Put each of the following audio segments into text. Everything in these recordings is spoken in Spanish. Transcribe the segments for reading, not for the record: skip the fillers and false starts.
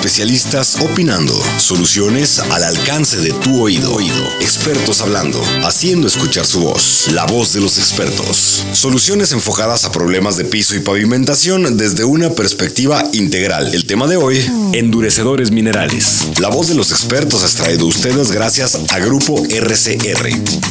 Especialistas opinando. Soluciones al alcance de tu oído. Expertos hablando. Haciendo escuchar su voz. La voz de los expertos. Soluciones enfocadas a problemas de piso y pavimentación desde una perspectiva integral. El tema de hoy, endurecedores minerales. La voz de los expertos es traído a ustedes gracias a Grupo RCR.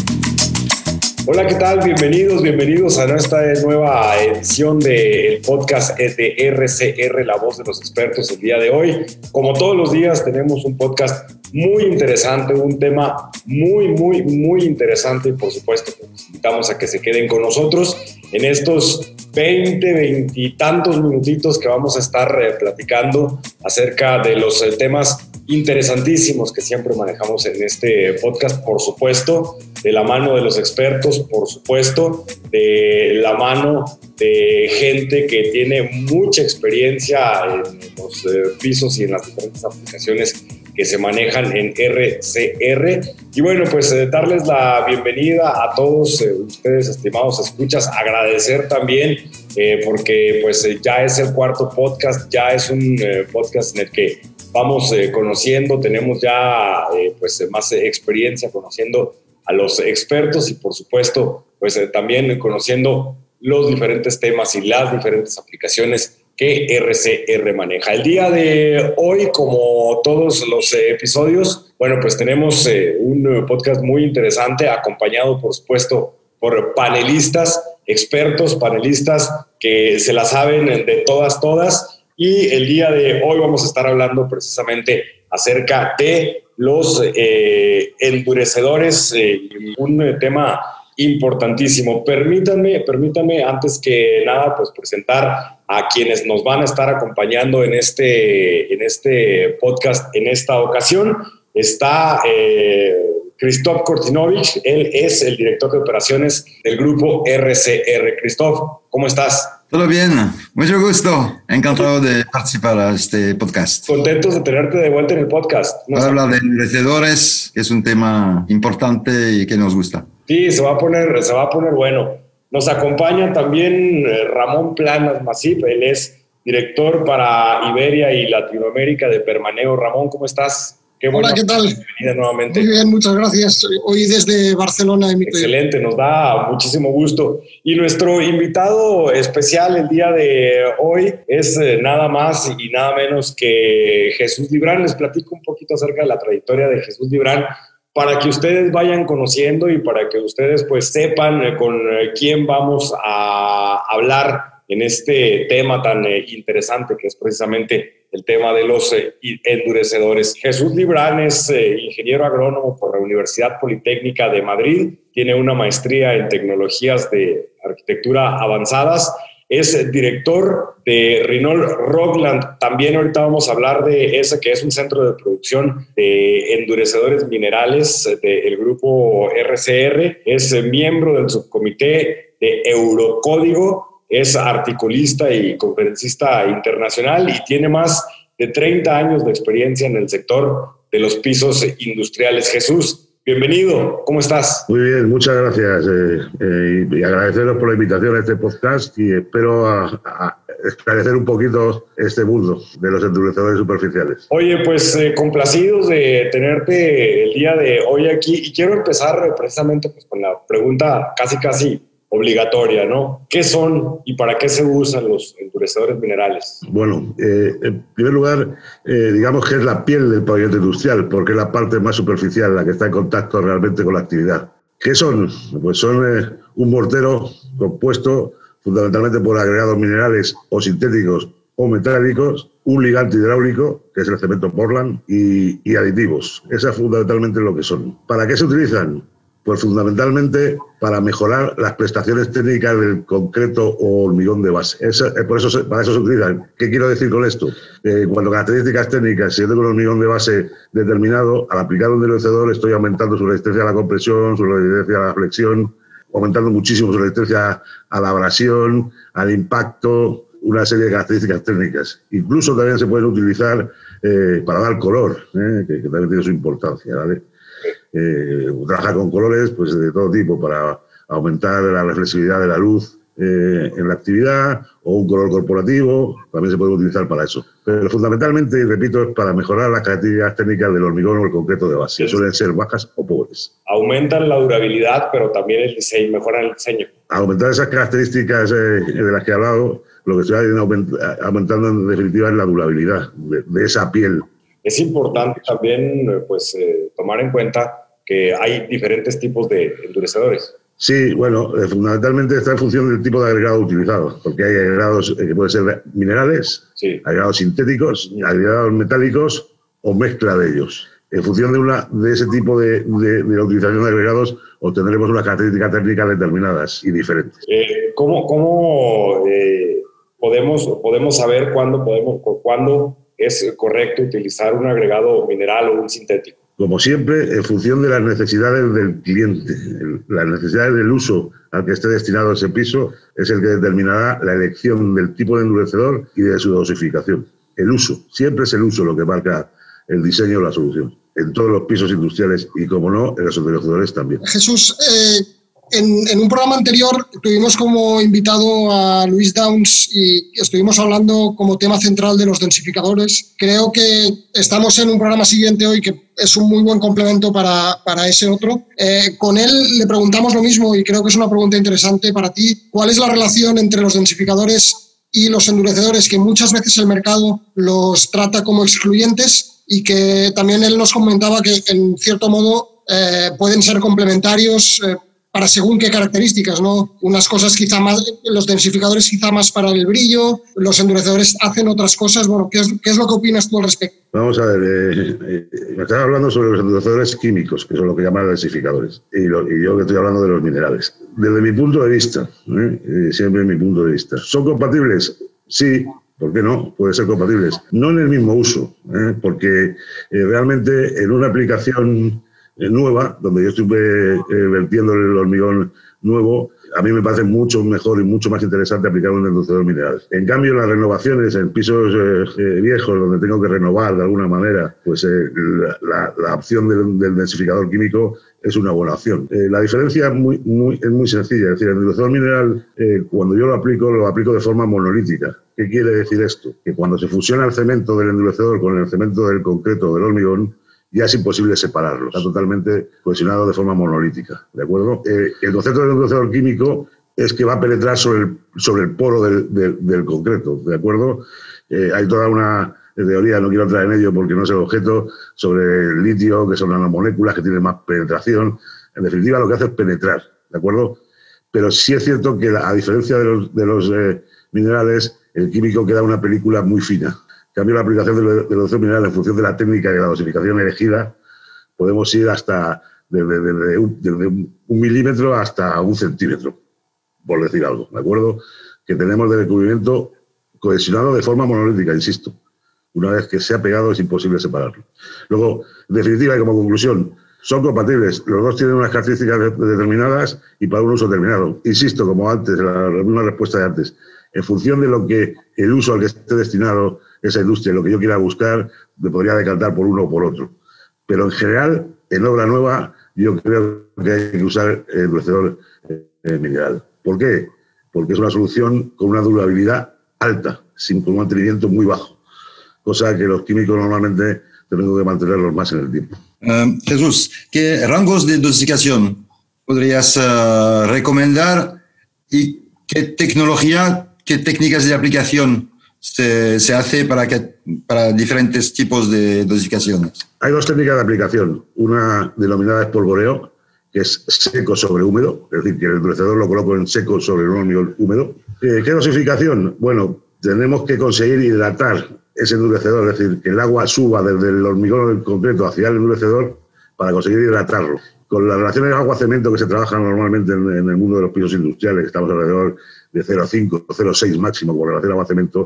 Hola, ¿qué tal? Bienvenidos a nuestra nueva edición del podcast de RCR, La Voz de los Expertos. El día de hoy, como todos los días, tenemos un podcast muy interesante, un tema muy interesante y por supuesto los invitamos a que se queden con nosotros en estos 20 y tantos minutitos que vamos a estar platicando acerca de los temas interesantísimos que siempre manejamos en este podcast, por supuesto, de la mano de los expertos, por supuesto, de la mano de gente que tiene mucha experiencia en los pisos y en las diferentes aplicaciones que se manejan en RCR. Y bueno, pues darles la bienvenida a todos ustedes, estimados escuchas, agradecer también porque pues ya es el cuarto podcast, ya es un podcast en el que vamos conociendo, tenemos ya pues más experiencia conociendo a los expertos y por supuesto pues también conociendo los diferentes temas y las diferentes aplicaciones que RCR maneja. El día de hoy, como todos los episodios, bueno, pues tenemos un podcast muy interesante acompañado por supuesto por panelistas, expertos, panelistas que se la saben de todas. Y el día de hoy vamos a estar hablando precisamente acerca de los endurecedores, un tema importantísimo. Permítanme antes que nada pues presentar a quienes nos van a estar acompañando en este podcast en esta ocasión. Está Krzysztof Kortynowicz, él es el director de operaciones del grupo RCR. Krzysztof, ¿cómo estás? Todo bien, mucho gusto, encantado de participar a este podcast. Contentos de tenerte de vuelta en el podcast. Para hablar de endurecedores, que es un tema importante y que nos gusta. Sí, se va a poner bueno. Nos acompaña también Ramón Planas Masip, él es director para Iberia y Latinoamérica de Permaneo. Ramón, ¿cómo estás? Qué bueno. Hola, ¿qué tal? Bienvenida nuevamente. Muy bien, muchas gracias. Hoy desde Barcelona. Excelente, nos da muchísimo gusto. Y nuestro invitado especial el día de hoy es nada más y nada menos que Jesús Librán. Les platico un poquito acerca de la trayectoria de Jesús Librán para que ustedes vayan conociendo y para que ustedes pues sepan con quién vamos a hablar en este tema tan interesante que es precisamente el tema de los endurecedores. Jesús Librán es ingeniero agrónomo por la Universidad Politécnica de Madrid, tiene una maestría en tecnologías de arquitectura avanzadas, es director de Rinol Rogland. También ahorita vamos a hablar de ese que es un centro de producción de endurecedores minerales del grupo RCR, es miembro del subcomité de Eurocódigo, es articulista y conferencista internacional y tiene más de 30 años de experiencia en el sector de los pisos industriales. Jesús, bienvenido, ¿cómo estás? Muy bien, muchas gracias y agradeceros por la invitación a este podcast y espero esclarecer un poquito este mundo de los endurecedores superficiales. Oye, pues complacidos de tenerte el día de hoy aquí y quiero empezar precisamente pues, con la pregunta casi obligatoria, ¿no? ¿Qué son y para qué se usan los endurecedores minerales? Bueno, en primer lugar, digamos que es la piel del pavimento industrial, porque es la parte más superficial, la que está en contacto realmente con la actividad. ¿Qué son? Pues son un mortero compuesto fundamentalmente por agregados minerales o sintéticos o metálicos, un ligante hidráulico, que es el cemento Portland, y aditivos. Eso es fundamentalmente lo que son. ¿Para qué se utilizan? Pues fundamentalmente para mejorar las prestaciones técnicas del concreto o hormigón de base. Para eso se utilizan. ¿Qué quiero decir con esto? Cuando características técnicas, si yo tengo un hormigón de base determinado, al aplicar un endurecedor estoy aumentando su resistencia a la compresión, su resistencia a la flexión, aumentando muchísimo su resistencia a la abrasión, al impacto, una serie de características técnicas. Incluso también se pueden utilizar para dar color, que también tiene su importancia, ¿vale? Trabaja con colores pues de todo tipo para aumentar la reflexividad de la luz, en la actividad o un color corporativo, también se puede utilizar para eso. Pero fundamentalmente, y repito, es para mejorar las características técnicas del hormigón o el concreto de base, que suelen ser bajas o pobres. Aumentan la durabilidad, pero también el diseño, mejoran el diseño. Aumentar esas características de las que he hablado, lo que estoy aumentando en definitiva es la durabilidad de esa piel. Es importante también tomar en cuenta que hay diferentes tipos de endurecedores. Sí, bueno, fundamentalmente está en función del tipo de agregado utilizado, porque hay agregados que pueden ser minerales, sí, agregados sintéticos, agregados metálicos o mezcla de ellos. En función de ese tipo de la utilización de agregados, obtendremos unas características técnicas determinadas y diferentes. ¿Cómo podemos saber cuándo es correcto utilizar un agregado mineral o un sintético? Como siempre, en función de las necesidades del cliente, las necesidades del uso al que esté destinado ese piso es el que determinará la elección del tipo de endurecedor y de su dosificación. El uso, siempre es el uso lo que marca el diseño o la solución, en todos los pisos industriales y, como no, en los endurecedores también. Jesús, en un programa anterior tuvimos como invitado a Luis Downs y estuvimos hablando como tema central de los densificadores. Creo que estamos en un programa siguiente hoy que es un muy buen complemento para ese otro. Con él le preguntamos lo mismo y creo que es una pregunta interesante para ti. ¿Cuál es la relación entre los densificadores y los endurecedores, que muchas veces el mercado los trata como excluyentes y que también él nos comentaba que en cierto modo pueden ser complementarios para según qué características, ¿no? Unas cosas quizá más, los densificadores quizá más para el brillo, los endurecedores hacen otras cosas. Bueno, ¿qué es lo que opinas tú al respecto? Vamos a ver, me estás hablando sobre los endurecedores químicos, que son lo que llaman densificadores, y yo que estoy hablando de los minerales. Desde mi punto de vista, siempre mi punto de vista, ¿son compatibles? Sí. ¿Por qué no? Pueden ser compatibles. No en el mismo uso, porque realmente en una aplicación nueva, donde yo estoy vertiendo el hormigón nuevo, a mí me parece mucho mejor y mucho más interesante aplicar un endurecedor mineral. En cambio, en las renovaciones, en pisos viejos, donde tengo que renovar de alguna manera, pues la opción del densificador químico es una buena opción. La diferencia es muy sencilla. Es decir, el endurecedor mineral, cuando yo lo aplico de forma monolítica. ¿Qué quiere decir esto? Que cuando se fusiona el cemento del endurecedor con el cemento del concreto del hormigón, ya es imposible separarlo. Está totalmente cohesionado de forma monolítica, ¿de acuerdo? El concepto del endurecedor químico es que va a penetrar sobre el poro del concreto, ¿de acuerdo? Hay toda una teoría, no quiero entrar en ello porque no es el objeto, sobre el litio, que son nanomoléculas que tienen más penetración. En definitiva, lo que hace es penetrar, ¿de acuerdo? Pero sí es cierto que, a diferencia de los minerales, el químico queda una película muy fina. En cambio, la aplicación del endurecedor mineral, en función de la técnica y de la dosificación elegida, podemos ir hasta desde un milímetro hasta 1 centímetro, por decir algo, ¿de acuerdo? Que tenemos de recubrimiento cohesionado de forma monolítica, insisto. Una vez que se ha pegado es imposible separarlo. Luego, en definitiva y como conclusión, son compatibles. Los dos tienen unas características determinadas y para un uso determinado. Insisto, como antes, una respuesta de antes, en función de lo que el uso al que esté destinado esa industria, lo que yo quiera buscar, me podría decantar por uno o por otro. Pero en general, en obra nueva, yo creo que hay que usar el endurecedor mineral. ¿Por qué? Porque es una solución con una durabilidad alta, con un mantenimiento muy bajo, cosa que los químicos normalmente tenemos que mantenerlos más en el tiempo. Jesús, ¿qué rangos de dosificación podrías recomendar y qué tecnología, qué técnicas de aplicación se hace para diferentes tipos de dosificaciones? Hay dos técnicas de aplicación. Una denominada espolvoreo, que es seco sobre húmedo, es decir, que el endurecedor lo coloco en seco sobre un hormigón húmedo. ¿Qué dosificación? Bueno, tenemos que conseguir hidratar ese endurecedor, es decir, que el agua suba desde el hormigón en concreto hacia el endurecedor para conseguir hidratarlo. Con las relaciones agua-cemento que se trabajan normalmente en el mundo de los pisos industriales, estamos alrededor de 0,5 o 0,6 máximo con relación agua-cemento,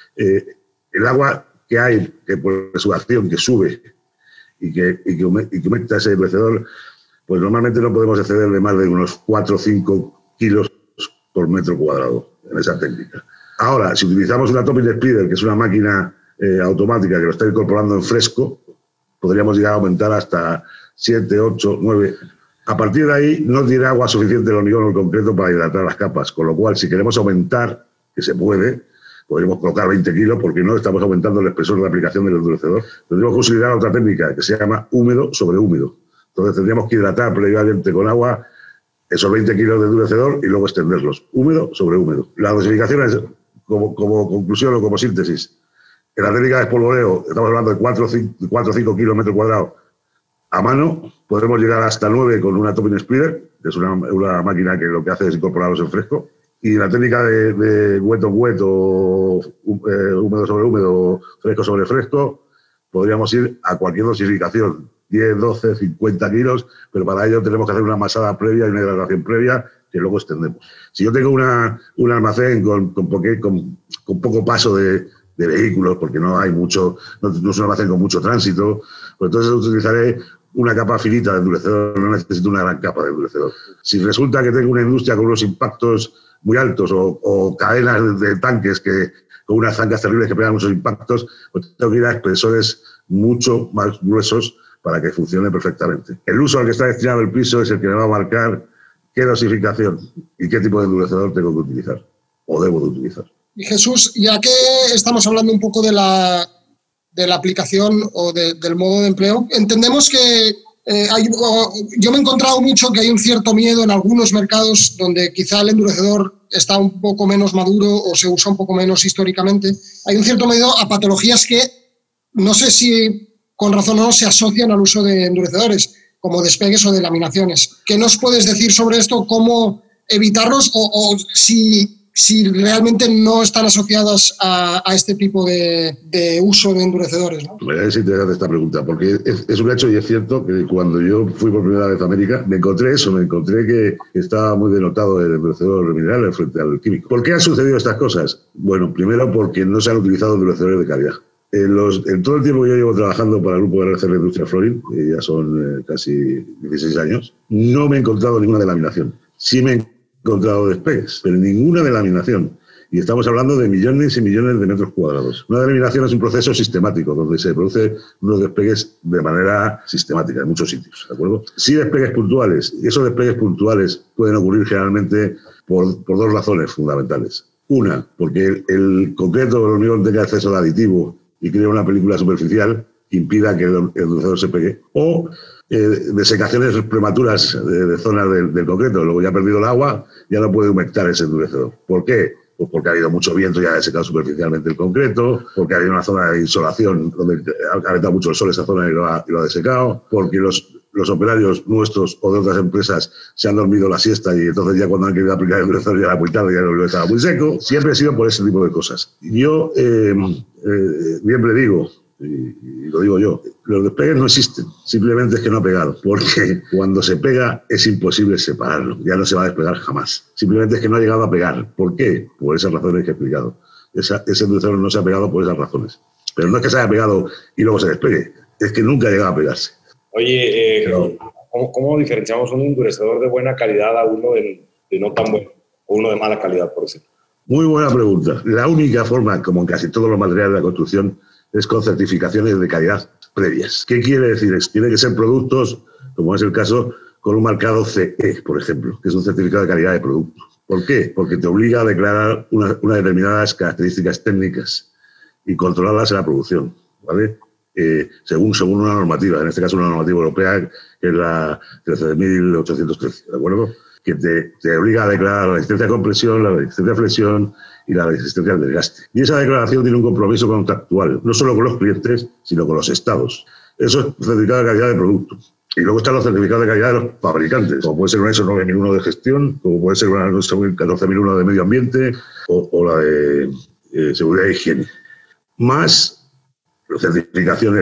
el agua que hay, que por su acción que sube y que humecta ese endurecedor, pues normalmente no podemos exceder de más de unos 4 o 5 kilos por metro cuadrado en esa técnica. Ahora, si utilizamos una Topping Speeder, que es una máquina automática que lo está incorporando en fresco, podríamos llegar a aumentar hasta 7, 8, 9 A partir de ahí no tiene agua suficiente el hormigón o el concreto para hidratar las capas, con lo cual si queremos aumentar, que se puede, podríamos colocar 20 kilos porque no estamos aumentando el espesor de aplicación del endurecedor. Tendríamos que utilizar otra técnica que se llama húmedo sobre húmedo. Entonces tendríamos que hidratar previamente con agua esos 20 kilos de endurecedor y luego extenderlos, húmedo sobre húmedo. La dosificación es, como conclusión o como síntesis, en la técnica de espolvoreo estamos hablando de 4 o 5 kilos metro cuadrado a mano, podemos llegar hasta 9 con una topping spreader, que es una máquina que lo que hace es incorporarlos en fresco. Y la técnica de wet on wet o húmedo sobre húmedo, fresco sobre fresco, podríamos ir a cualquier dosificación, 10, 12, 50 kilos, pero para ello tenemos que hacer una amasada previa y una hidratación previa que luego extendemos. Si yo tengo un almacén con poco paso de vehículos, porque no hay mucho, no es un almacén con mucho tránsito, pues entonces utilizaré una capa finita de endurecedor, no necesito una gran capa de endurecedor. Si resulta que tengo una industria con unos impactos muy altos o cadenas de tanques con unas zancas terribles que pegan muchos impactos, pues tengo que ir a espesores mucho más gruesos para que funcione perfectamente. El uso al que está destinado el piso es el que me va a marcar qué dosificación y qué tipo de endurecedor tengo que utilizar o debo de utilizar. Y Jesús, ya que estamos hablando un poco de la aplicación o del modo de empleo, entendemos que yo me he encontrado mucho que hay un cierto miedo en algunos mercados donde quizá el endurecedor está un poco menos maduro o se usa un poco menos históricamente. Hay un cierto miedo a patologías que no sé si con razón o no se asocian al uso de endurecedores, como despegues o delaminaciones. ¿Qué nos puedes decir sobre esto? ¿Cómo evitarlos o si realmente no están asociadas a este tipo de uso de endurecedores, ¿no? Es interesante esta pregunta, porque es un hecho y es cierto que cuando yo fui por primera vez a América, me encontré que estaba muy denotado el endurecedor mineral frente al químico. ¿Por qué han sucedido estas cosas? Bueno, primero porque no se han utilizado endurecedores de calidad. En todo el tiempo que yo llevo trabajando para el grupo de RCR Industrial Flooring, que ya son casi 16 años, no me he encontrado ninguna delaminación. Sí me he encontrado despegues, pero ninguna delaminación. Y estamos hablando de millones y millones de metros cuadrados. Una delaminación es un proceso sistemático, donde se producen unos despegues de manera sistemática en muchos sitios, ¿de acuerdo? Sí despegues puntuales, y esos despegues puntuales pueden ocurrir generalmente por dos razones fundamentales. Una, porque el concreto o el hormigón tenga exceso de aditivo y crea una película superficial que impida que el endurecedor se pegue. O desecaciones prematuras de zonas del concreto. Luego ya ha perdido el agua, ya no puede humectar ese endurecedor. ¿Por qué? Pues porque ha habido mucho viento y ha desecado superficialmente el concreto, porque ha habido una zona de insolación donde ha calentado mucho el sol esa zona y lo ha desecado, porque los operarios nuestros o de otras empresas se han dormido la siesta y entonces ya cuando han querido aplicar el endurecedor ya era muy tarde, ya el estaba muy seco. Siempre ha sido por ese tipo de cosas. Yo siempre digo, y lo digo yo, los despegues no existen, simplemente es que no ha pegado, porque cuando se pega es imposible separarlo, ya no se va a despegar jamás, simplemente es que no ha llegado a pegar. ¿Por qué? Por esas razones que he explicado. Ese endurecedor no se ha pegado por esas razones, pero no es que se haya pegado y luego se despegue, es que nunca ha llegado a pegarse. Oye, ¿cómo diferenciamos un endurecedor de buena calidad a uno de no tan bueno, o uno de mala calidad, por ejemplo? Muy buena pregunta. La única forma, como en casi todos los materiales de la construcción, es con certificaciones de calidad previas. ¿Qué quiere decir? Tiene que ser productos, como es el caso, con un marcado CE, por ejemplo, que es un certificado de calidad de producto. ¿Por qué? Porque te obliga a declarar unas determinadas características técnicas y controlarlas en la producción, ¿vale? Según una normativa, en este caso una normativa europea, que es la 13.813, ¿de acuerdo? Que te obliga a declarar la resistencia a compresión, la resistencia a flexión y la resistencia al desgaste. Y esa declaración tiene un compromiso contractual, no solo con los clientes, sino con los estados. Eso es certificado de calidad de producto. Y luego están los certificados de calidad de los fabricantes, como puede ser una ISO 9001 de gestión, como puede ser una ISO 14001 de medio ambiente o la de seguridad e higiene. Más certificaciones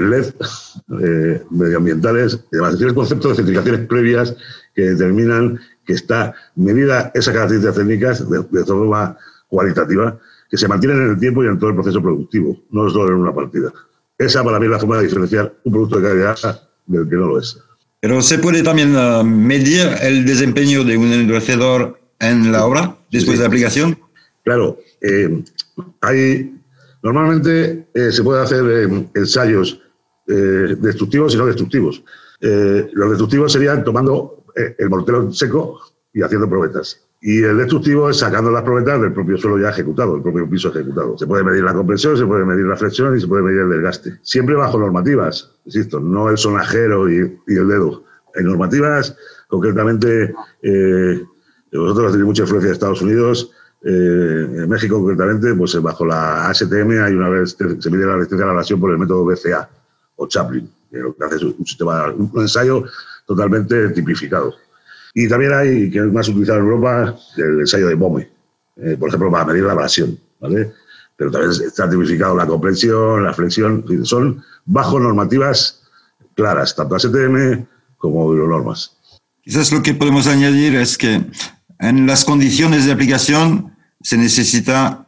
LED medioambientales y demás. Tiene el concepto de certificaciones previas que determinan que está medida esas características técnicas de forma cualitativa, que se mantienen en el tiempo y en todo el proceso productivo, no solo en una partida. Esa para mí es la forma de diferenciar un producto de calidad del que no lo es. Pero ¿se puede también medir el desempeño de un endurecedor en la obra después de la aplicación? Claro, normalmente se puede hacer ensayos destructivos y no destructivos. Los destructivos serían tomando el mortero seco y haciendo probetas. Y el destructivo es sacando las probetas del propio suelo ya ejecutado, el propio piso ejecutado. Se puede medir la compresión, se puede medir la flexión y se puede medir el desgaste. Siempre bajo normativas, insisto, no el sonajero y el dedo. En normativas, concretamente, vosotros tenéis mucha influencia de Estados Unidos. En México, concretamente, pues bajo la ASTM se mide la resistencia a la abrasión por el método BCA o Chaplin, que lo que hace es un ensayo totalmente tipificado. Y también hay, que es más utilizado en Europa, el ensayo de Bohme, por ejemplo, para medir la abrasión, ¿vale? Pero también está tipificado la comprensión, la flexión, son bajo normativas claras, tanto ASTM como Euronormas. Quizás lo que podemos añadir es que en las condiciones de aplicación se necesita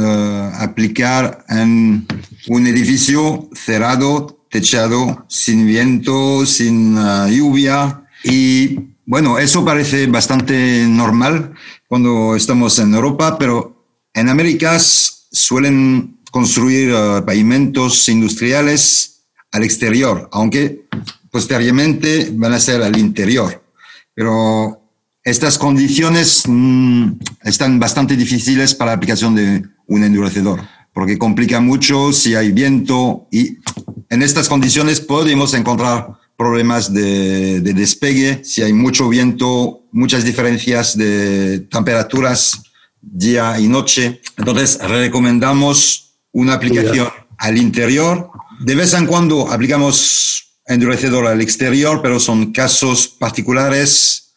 aplicar en un edificio cerrado, techado, sin viento, sin lluvia. Y bueno, eso parece bastante normal cuando estamos en Europa, pero en América suelen construir pavimentos industriales al exterior, aunque posteriormente van a ser al interior. Pero estas condiciones están bastante difíciles para la aplicación de un endurecedor, porque complica mucho si hay viento, y en estas condiciones podemos encontrar problemas de despegue, si hay mucho viento, muchas diferencias de temperaturas día y noche. Entonces recomendamos una aplicación al interior. De vez en cuando aplicamos endurecedor al exterior, pero son casos particulares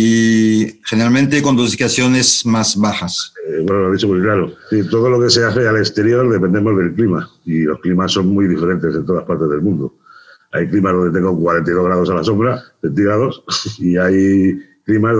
y generalmente con dosificaciones más bajas. Bueno, lo he dicho muy claro. Sí, todo lo que se hace al exterior dependemos del clima, y los climas son muy diferentes en todas partes del mundo. Hay climas donde tengo 42 grados a la sombra, centígrados, y hay climas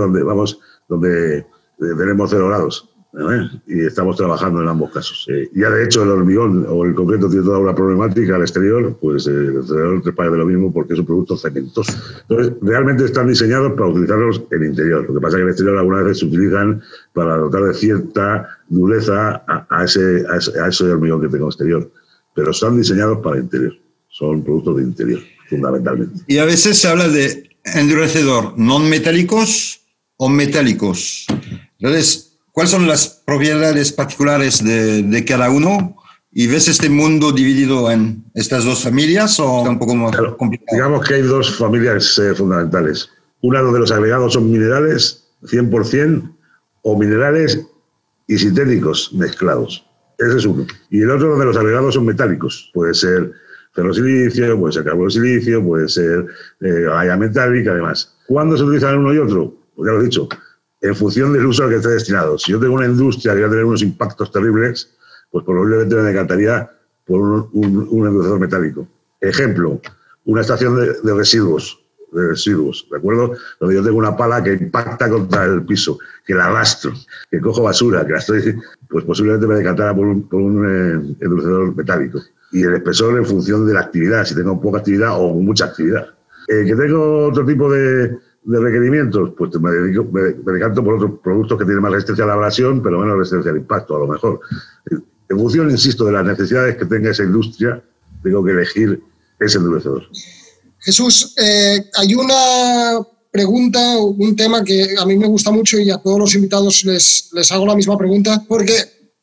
donde tenemos 0 grados. Y estamos trabajando en ambos casos. Ya de hecho el hormigón o el concreto tiene toda una problemática al exterior, pues el exterior te parece lo mismo porque es un producto cementoso. Entonces, realmente están diseñados para utilizarlos en interior. Lo que pasa es que en exterior algunas veces se utilizan para dotar de cierta dureza a ese hormigón que tengo exterior. Pero están diseñados para interior. Son productos de interior, fundamentalmente. Y a veces se habla de endurecedor no metálicos o metálicos. Entonces, ¿cuáles son las propiedades particulares de cada uno? ¿Y ves este mundo dividido en estas dos familias o está un poco más complicado? Digamos que hay dos familias fundamentales. Una donde los agregados son minerales 100% o minerales y sintéticos mezclados. Ese es uno. Y el otro donde los agregados son metálicos. Puede ser ferrosilicio, puede ser carbonosilicio, puede ser valla metálica, además. ¿Cuándo se utilizan uno y otro? Pues ya lo he dicho. En función del uso al que esté destinado. Si yo tengo una industria que va a tener unos impactos terribles, pues probablemente me decantaría por un endurecedor metálico. Ejemplo, una estación de residuos, ¿de acuerdo? Donde yo tengo una pala que impacta contra el piso, que la arrastro, que cojo basura, que la estoy, pues posiblemente me decantara por un endurecedor metálico. Y el espesor en función de la actividad, si tengo poca actividad o mucha actividad. Que tengo otro tipo de requerimientos, pues me decanto por otros productos que tienen más resistencia a la abrasión, pero menos resistencia al impacto, a lo mejor. En función, insisto, de las necesidades que tenga esa industria, tengo que elegir ese endurecedor. Jesús, hay una pregunta, un tema que a mí me gusta mucho y a todos los invitados les hago la misma pregunta, porque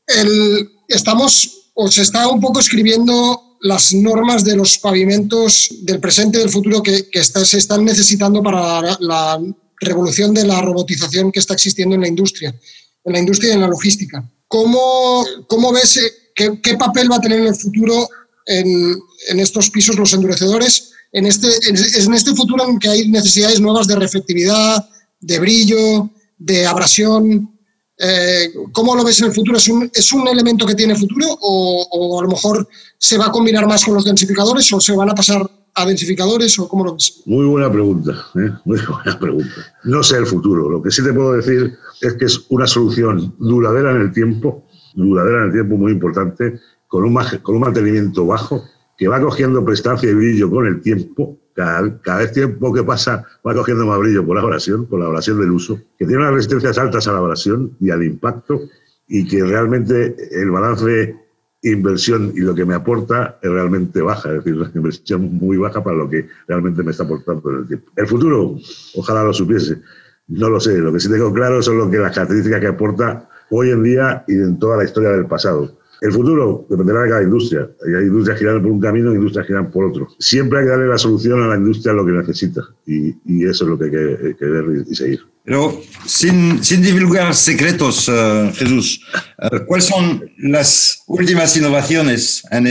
se está un poco escribiendo las normas de los pavimentos del presente y del futuro que se están necesitando para la revolución de la robotización que está existiendo en la industria y en la logística. ¿Cómo ves qué papel va a tener en el futuro en estos pisos los endurecedores, en este futuro en que hay necesidades nuevas de reflectividad, de brillo, de abrasión? ¿Cómo lo ves en el futuro? ¿Es un elemento que tiene futuro o a lo mejor se va a combinar más con los densificadores o se van a pasar a densificadores o cómo lo ves? Muy buena pregunta, muy buena pregunta. No sé el futuro. Lo que sí te puedo decir es que es una solución duradera en el tiempo muy importante, con un mantenimiento bajo, que va cogiendo prestancia y brillo con el tiempo. Cada vez tiempo que pasa va cogiendo más brillo por la abrasión del uso, que tiene unas resistencias altas a la abrasión y al impacto, y que realmente el balance inversión y lo que me aporta es realmente baja, es decir, una inversión muy baja para lo que realmente me está aportando en el tiempo. El futuro, ojalá lo supiese, no lo sé, lo que sí tengo claro son las características que aporta hoy en día y en toda la historia del pasado. El futuro dependerá de cada industria. Hay industrias que giran por un camino y industrias que giran por otro. Siempre hay que darle la solución a la industria a lo que necesita y eso es lo que hay que ver y seguir. Pero sin divulgar secretos, Jesús, ¿cuáles son las últimas innovaciones en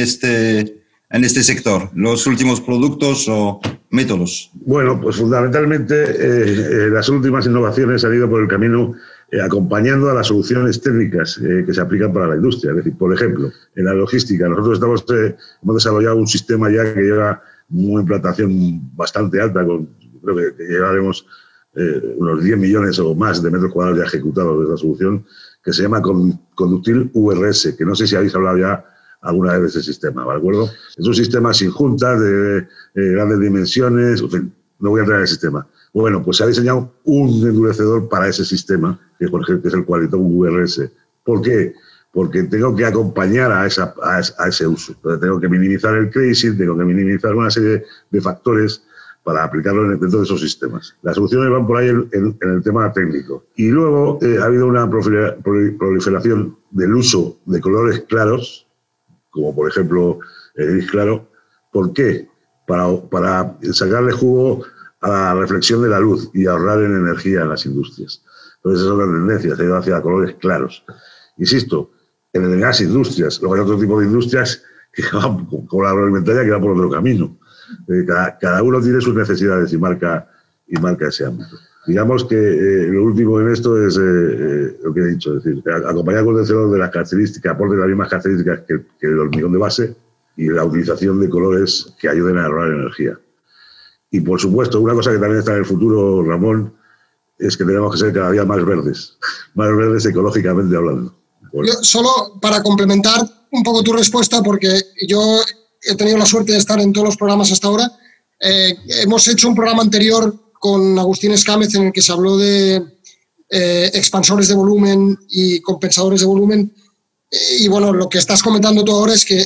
este sector? ¿Los últimos productos o métodos? Bueno, pues fundamentalmente las últimas innovaciones han ido por el camino acompañando a las soluciones técnicas que se aplican para la industria. Es decir, por ejemplo, en la logística, nosotros hemos desarrollado un sistema ya que lleva una implantación bastante alta, creo que llevaremos unos 10 millones o más de metros cuadrados ya ejecutados de esta solución, que se llama Conductil VRS, que no sé si habéis hablado ya alguna vez de ese sistema, ¿de acuerdo? Es un sistema sin juntas, de grandes dimensiones, en fin, no voy a entrar en el sistema. Bueno, pues se ha diseñado un endurecedor para ese sistema, que es el Qualiton VRS. ¿Por qué? Porque tengo que acompañar a ese uso. Entonces, tengo que minimizar el crazing, tengo que minimizar una serie de factores para aplicarlo dentro de esos sistemas. Las soluciones van por ahí en el tema técnico. Y luego ha habido una proliferación del uso de colores claros, como por ejemplo el gris claro. ¿Por qué? Para sacarle jugo a la reflexión de la luz y ahorrar en energía en las industrias. Entonces, esas son las tendencias, se ha ido hacia colores claros. Insisto, en las industrias, luego hay otro tipo de industrias que van con la agroalimentaria que va por otro camino. Cada uno tiene sus necesidades y marca ese ámbito. Digamos que lo último en esto es lo que he dicho, es decir, acompañar con el condensador de las características, aporte las mismas características que el hormigón de base y la utilización de colores que ayuden a ahorrar energía. Y, por supuesto, una cosa que también está en el futuro, Ramón, es que tenemos que ser cada día más verdes ecológicamente hablando. Yo, solo para complementar un poco tu respuesta, porque yo he tenido la suerte de estar en todos los programas hasta ahora. Hemos hecho un programa anterior con Agustín Escámez en el que se habló de expansores de volumen y compensadores de volumen. Y, bueno, lo que estás comentando tú ahora es que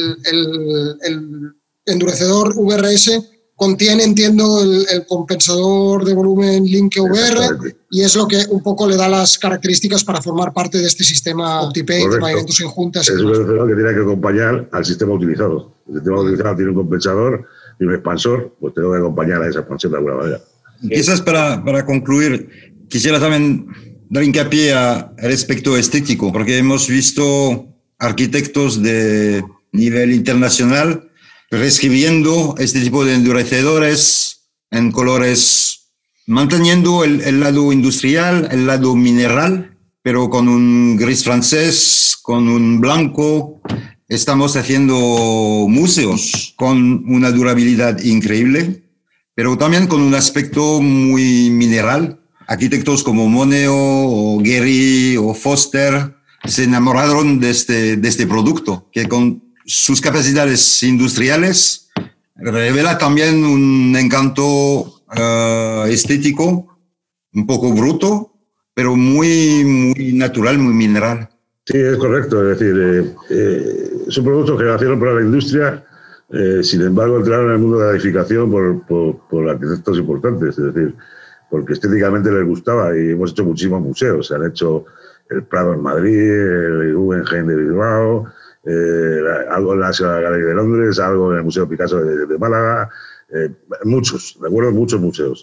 el endurecedor VRS contiene, entiendo, el compensador de volumen Link-VR y es lo que un poco le da las características para formar parte de este sistema OptiPay de pavimentos en juntas. Es un endurecedor que tiene que acompañar al sistema utilizado. El sistema utilizado tiene un compensador y un expansor, pues tengo que acompañar a esa expansión de alguna manera. Quizás para concluir, quisiera también dar hincapié al aspecto estético, porque hemos visto arquitectos de nivel internacional reescribiendo este tipo de endurecedores en colores, manteniendo el lado industrial, el lado mineral, pero con un gris francés, con un blanco. Estamos haciendo museos con una durabilidad increíble, pero también con un aspecto muy mineral. Arquitectos como Moneo o Gehry o Foster se enamoraron de este producto, que con sus capacidades industriales revela también un encanto estético, un poco bruto, pero muy, muy natural, muy mineral. Sí, es correcto. Es decir, son productos que nacieron para la industria, sin embargo entraron en el mundo de la edificación por arquitectos importantes, es decir, porque estéticamente les gustaba y hemos hecho muchísimos museos. Se han hecho el Prado en Madrid, el Guggenheim de Bilbao, algo en la Galería de Londres, algo en el Museo Picasso de Málaga, muchos, recuerdo muchos museos.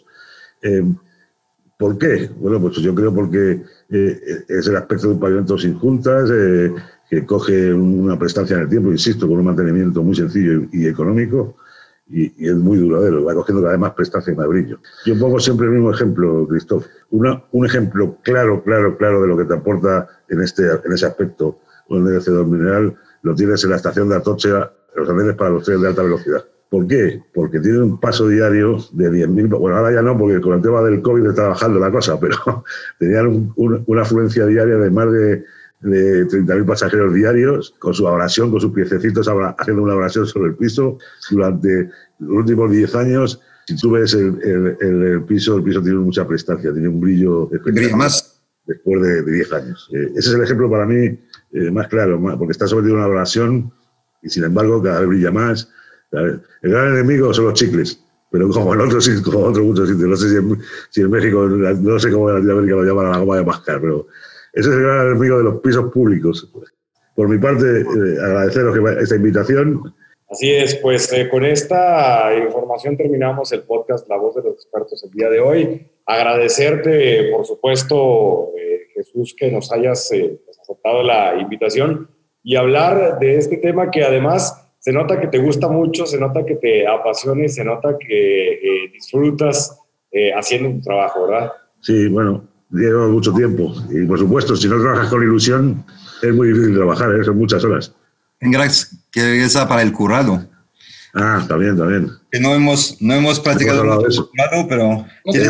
¿Por qué? Bueno, pues yo creo porque es el aspecto de un pavimento sin juntas, que coge una prestancia en el tiempo, insisto, con un mantenimiento muy sencillo y económico, y es muy duradero, va cogiendo cada vez más prestancia y más brillo. Yo pongo siempre el mismo ejemplo, Christoph, un ejemplo claro de lo que te aporta en ese aspecto un endurecedor mineral, lo tienes en la estación de Atocha, los andenes para los trenes de alta velocidad. ¿Por qué? Porque tienen un paso diario de 10.000, bueno, ahora ya no, porque con el tema del COVID está bajando la cosa, pero tenían una afluencia diaria de más de 30.000 pasajeros diarios, con su abrasión, con sus piececitos haciendo una abrasión sobre el piso. Durante los últimos 10 años, si tú ves el piso tiene mucha prestancia, tiene un brillo especial. después de 10 años. Ese es el ejemplo para mí más claro, porque está sometido a una evaluación y sin embargo cada vez brilla más. El gran enemigo son los chicles, pero como en otros muchos sitios, no sé si en México, no sé cómo en Latinoamérica lo llaman a la goma de mascar, pero ese es el gran enemigo de los pisos públicos. Por mi parte, agradeceros esta invitación. Así es, pues con esta información terminamos el podcast La Voz de los Expertos el día de hoy. Agradecerte, por supuesto, Jesús, que nos hayas aceptado la invitación y hablar de este tema que además se nota que te gusta mucho, se nota que te apasiona y se nota que disfrutas haciendo tu trabajo, ¿verdad? Sí, bueno, llevo mucho tiempo y por supuesto, si no trabajas con ilusión, es muy difícil trabajar, son muchas horas. En Grax, que regresa para el currado. Ah, también. Que no hemos practicado el currado, pero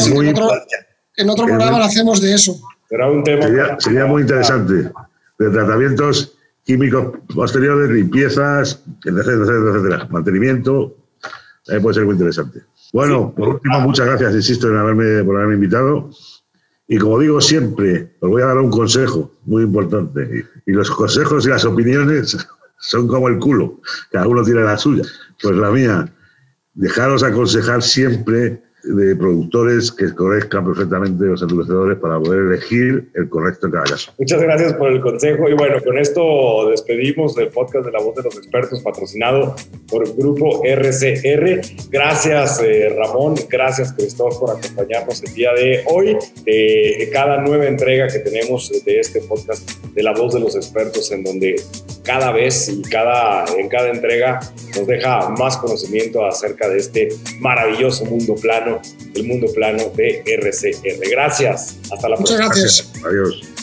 en otro programa lo hacemos de eso. Será un tema. Sería muy interesante. De tratamientos químicos posteriores, limpiezas, etcétera. Mantenimiento, puede ser muy interesante. Bueno, por último, muchas gracias, insisto, por haberme invitado. Y como digo siempre, os voy a dar un consejo muy importante. Y los consejos y las opiniones son como el culo, cada uno tiene la suya. Pues la mía, dejaros aconsejar siempre de productores que conozcan perfectamente los endurecedores para poder elegir el correcto en cada caso. Muchas gracias por el consejo y bueno, con esto despedimos del podcast de La Voz de los Expertos patrocinado por Grupo RCR. Gracias Ramón, gracias Cristóbal por acompañarnos el día de hoy, de cada nueva entrega que tenemos de este podcast de La Voz de los Expertos, en donde cada vez y en cada entrega nos deja más conocimiento acerca de este maravilloso mundo plano, el mundo plano de RCR. Gracias. Hasta la próxima. Muchas gracias. Adiós.